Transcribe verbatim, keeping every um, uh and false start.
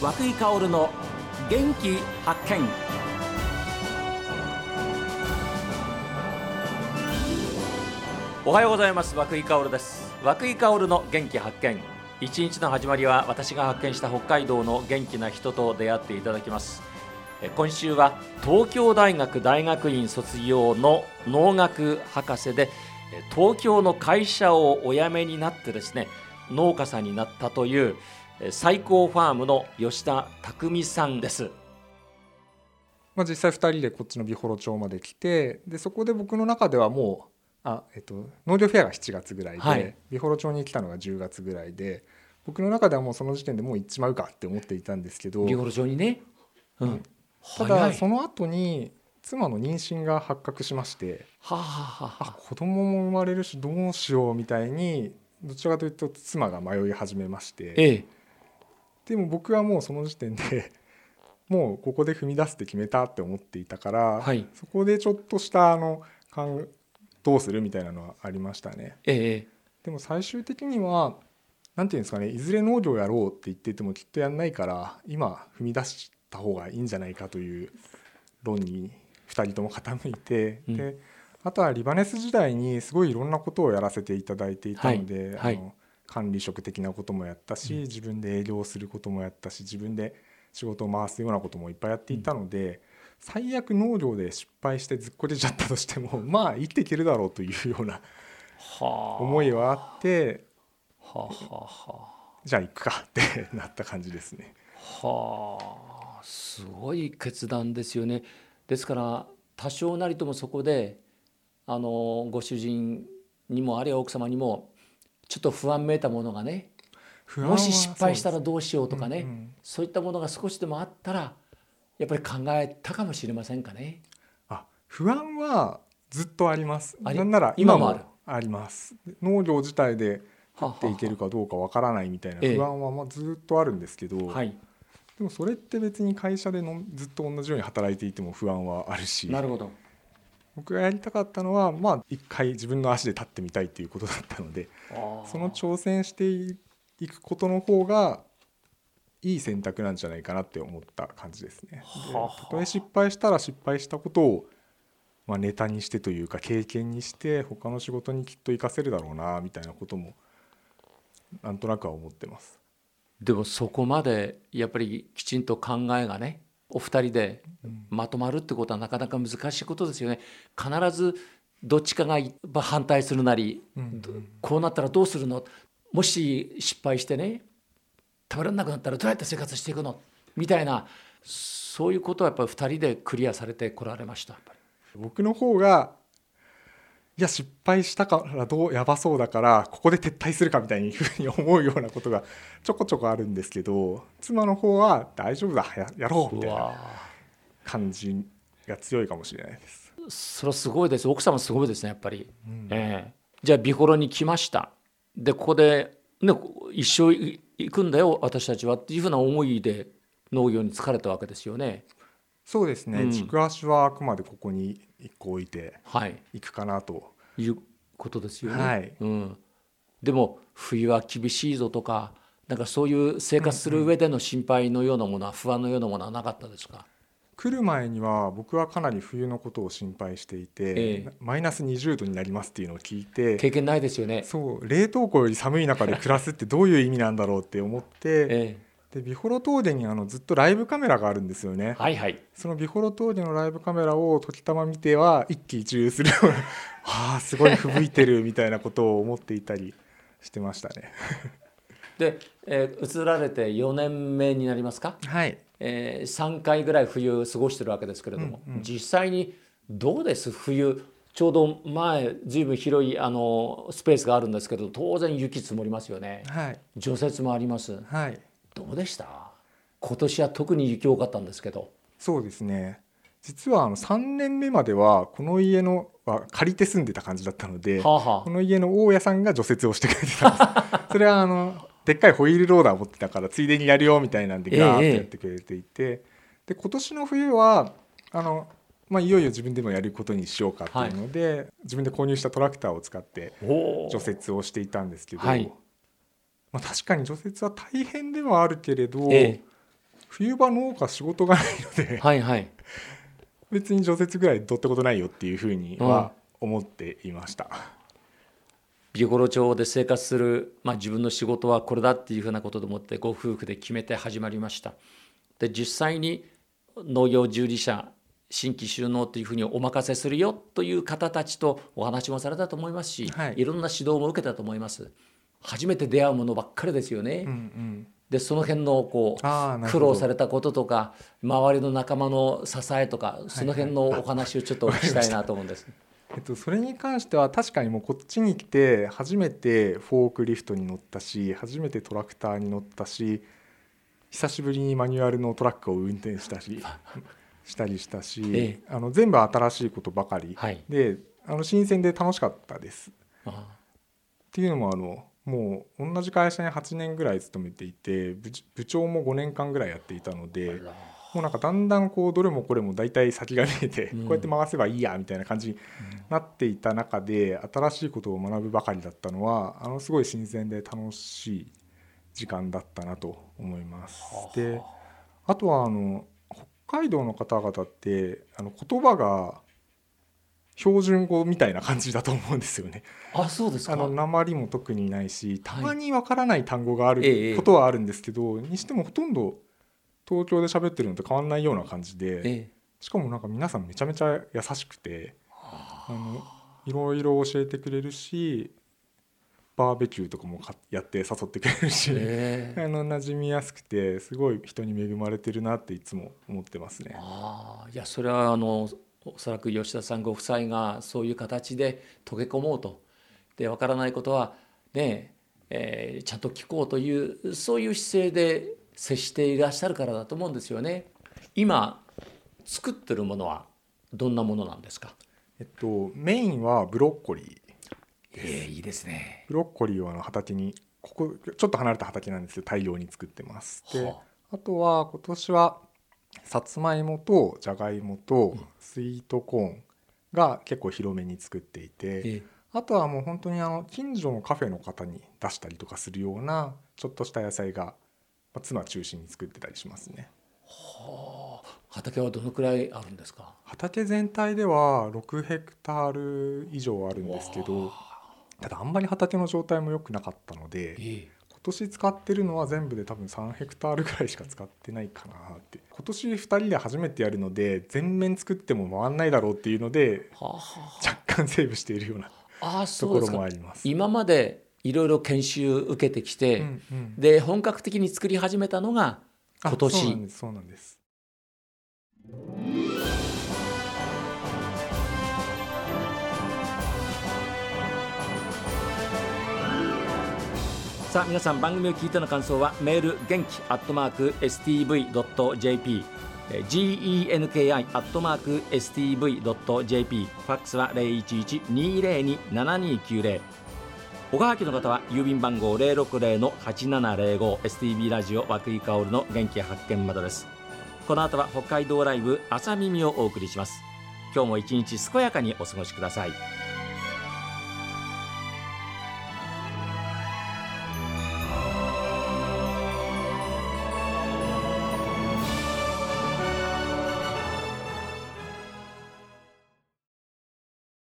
涌井薫の元気発見。おはようございます。涌井薫です。涌井薫の元気発見。一日の始まりは私が発見した北海道の元気な人と出会っていただきます。今週は東京大学大学院卒業の農学博士で、東京の会社をお辞めになってですね、農家さんになったという最高ファームの吉田匠さんです。 まあ、実際ふたりでこっちの美幌町まで来て、でそこで僕の中ではもうあ、えっと、農業フェアがしちがつぐらいで、はい、美幌町に来たのがじゅうがつぐらいで、僕の中ではもうその時点でもう行っちまうかって思っていたんですけど、 美幌町にね、うん、 ただその後に妻の妊娠が発覚しまして、 はあはあはあ、 あ子供も生まれるしどうしようみたいにどちらかというと妻が迷い始めまして、ええ、でも僕はもうその時点でもうここで踏み出すって決めたって思っていたから、はい、そこでちょっとしたあのどうするみたいなのはありましたね、ええ、でも最終的にはなんていうんですかね、いずれ農業やろうって言っててもきっとやんないから今踏み出した方がいいんじゃないかという論にふたりとも傾いて、うん、であとはリバネス時代にすごいいろんなことをやらせていただいていたので、はいはい、あの管理職的なこともやったし、うん、自分で営業することもやったし、自分で仕事を回すようなこともいっぱいやっていたので、うん、最悪農業で失敗してずっこけちゃったとしてもまあ生きていけるだろうというような思いはあって、はあはあはあ、じゃあ行くかってなった感じですね。 はあ、すごい決断ですよね。ですから多少なりともそこであのご主人にもあるいは奥様にもちょっと不安めいたものがね、もし失敗したらどうしようとかね、うんうん、そういったものが少しでもあったらやっぱり考えたかもしれませんかね。 あ、不安はずっとあります。なんなら今もあります。農業自体で食っていけるかどうかわからないみたいな不安はまあずっとあるんですけど、ええ、はい、でもそれって別に会社でのずっと同じように働いていても不安はあるし、 なるほど、 僕がやりたかったのはまあ一回自分の足で立ってみたいということだったので、その挑戦していくことの方がいい選択なんじゃないかなって思った感じですね。でたとえ失敗したら失敗したことをまあネタにしてというか経験にして他の仕事にきっと活かせるだろうなみたいなこともなんとなくは思ってます。 でもそこまでやっぱりきちんと考えがねお二人でまとまるってことはなかなか難しいことですよね。必ずどっちかが反対するなり、うんうん、こうなったらどうするの、もし失敗してね食べられなくなったらどうやって生活していくのみたいな、そういうことはやっぱりふたりでクリアされてこられました。やっぱり僕の方がいや失敗したからどうやばそうだからここで撤退するかみたいにふうに思うようなことがちょこちょこあるんですけど、妻の方は大丈夫だ や, やろうみたいな感じが強いかもしれないです。 それはすごいです。奥様すごいですねやっぱり、うん、えー、じゃあ美幌に来ました。でここで、ね、一生行くんだよ私たちはっていうふうな思いで農業に疲れたわけですよね。 そうですね、うん、軸足はあくまでここにいっこ置いていくかなと、はい、 いうことですよね、 はい、 うん、でも冬は厳しいぞとか、なんかそういう生活する上での心配のようなものは、うんうん、不安のようなものはなかったですか。 来る前には僕はかなり冬のことを心配していて、ええ、マイナスにじゅうどになりますっていうのを聞いて、 経験ないですよね。 そう冷凍庫より寒い中で暮らすってどういう意味なんだろうって思って、ええ、で美幌峠にあのずっとライブカメラがあるんですよね、 はいはい、 その美幌峠のライブカメラを時たま見ては一喜一憂するようなあすごい吹雪いてるみたいなことを思っていたりしてましたねで、えー、移られてよねんめになりますか。 はい、 えー、さんかいぐらい冬過ごしてるわけですけれども、うんうん、実際にどうです冬。ちょうど前ずいぶん広いあのスペースがあるんですけど、当然雪積もりますよね、はい、除雪もあります、はい、どうでした。今年は特に雪多かったんですけど。 そうですね、実はあのさんねんめまではこの家のは借りて住んでた感じだったので、はあはあ、この家の大家さんが除雪をしてくれてたんですそれはあのでっかいホイールローダー持ってたからついでにやるよみたいなんでガーッとやってくれていて、ええ、で今年の冬はあの、まあ、いよいよ自分でもやることにしようかっていうので、はい、自分で購入したトラクターを使って除雪をしていたんですけど、はい、まあ、確かに除雪は大変ではあるけれど、ええ、 冬場農家仕事がないので、 はいはい、 別に除雪ぐらいどうってことないよっていうふうには思っていました。 美幌町で生活する、まあ、自分の仕事はこれだっていうふうなことでもってご夫婦で決めて始まりました。で実際に農業従事者新規就農というふうにお任せするよという方たちとお話もされたと思いますし、はい、いろんな指導も受けたと思います。初めて出会うものばっかりですよね、うんうん、でその辺のこう苦労されたこととか周りの仲間の支えとかその辺のお話をちょっとお聞きしたいなと思うんです、 えっと、それに関しては確かにもうこっちに来て初めてフォークリフトに乗ったし初めてトラクターに乗ったし久しぶりにマニュアルのトラックを運転したししたりしたし、ええ、あの全部新しいことばかり、はい、であの新鮮で楽しかったです。ああっていうのもあのもう同じ会社にはちねんぐらい勤めていて 部, 部長もごねんかんぐらいやっていたのでもうなんかだんだんこうどれもこれも大体先が見えて、うん、こうやって回せばいいやみたいな感じになっていた中で新しいことを学ぶばかりだったのはあのすごい新鮮で楽しい時間だったなと思います。であとはあの北海道の方々ってあの言葉が標準語みたいな感じだと思うんですよね。 あ、そうですか。 あの訛りも特にないしたまにわからない単語があることはあるんですけど、はい、にしてもほとんど東京で喋ってるのと変わんないような感じで、ええ、しかもなんか皆さんめちゃめちゃ優しくてあのいろいろ教えてくれるしバーベキューとかもやって誘ってくれるし、えー、あの馴染みやすくてすごい人に恵まれてるなっていつも思ってますね。 あいやそれはあのおそらく吉田さんご夫妻がそういう形で溶け込もうとで分からないことはね、えー、ちゃんと聞こうというそういう姿勢で接していらっしゃるからだと思うんですよね。今作ってるものはどんなものなんですか？ えっとメインはブロッコリーです。 えー、いいですね。 ブロッコリーをあの畑にここちょっと離れた畑なんですけど大量に作ってます。で、はあ、あとは今年はさつまいもとじゃがいもとスイートコーンが結構広めに作っていて、ええ、あとはもう本当にあの近所のカフェの方に出したりとかするようなちょっとした野菜が妻中心に作ってたりしますね。 はあ、畑はどのくらいあるんですか？ 畑全体ではろくヘクタール以上あるんですけどただあんまり畑の状態も良くなかったので、ええ今年使ってるのは全部で多分さんヘクタールぐらいしか使ってないかなって。今年ふたりで初めてやるので全面作っても回んないだろうっていうので若干セーブしているようなところもあります。 今までいろいろ研修受けてきて、うんうん、で本格的に作り始めたのが今年。 そうなんです、そうなんです。 さあ皆さん番組を聞いての感想はメール元気アットマーク エスティーブイドットジェーピー genki アットマーク エスティーブイドットジェーピー ファックスは ゼロいちいち にーゼロに ななにきゅうゼロ おはがきの方は郵便番号 ゼロろくゼロ はちななゼロご エスティービー ラジオ和久井薫の元気発見までです。この後は北海道ライブ朝耳をお送りします。今日も一日健やかにお過ごしください。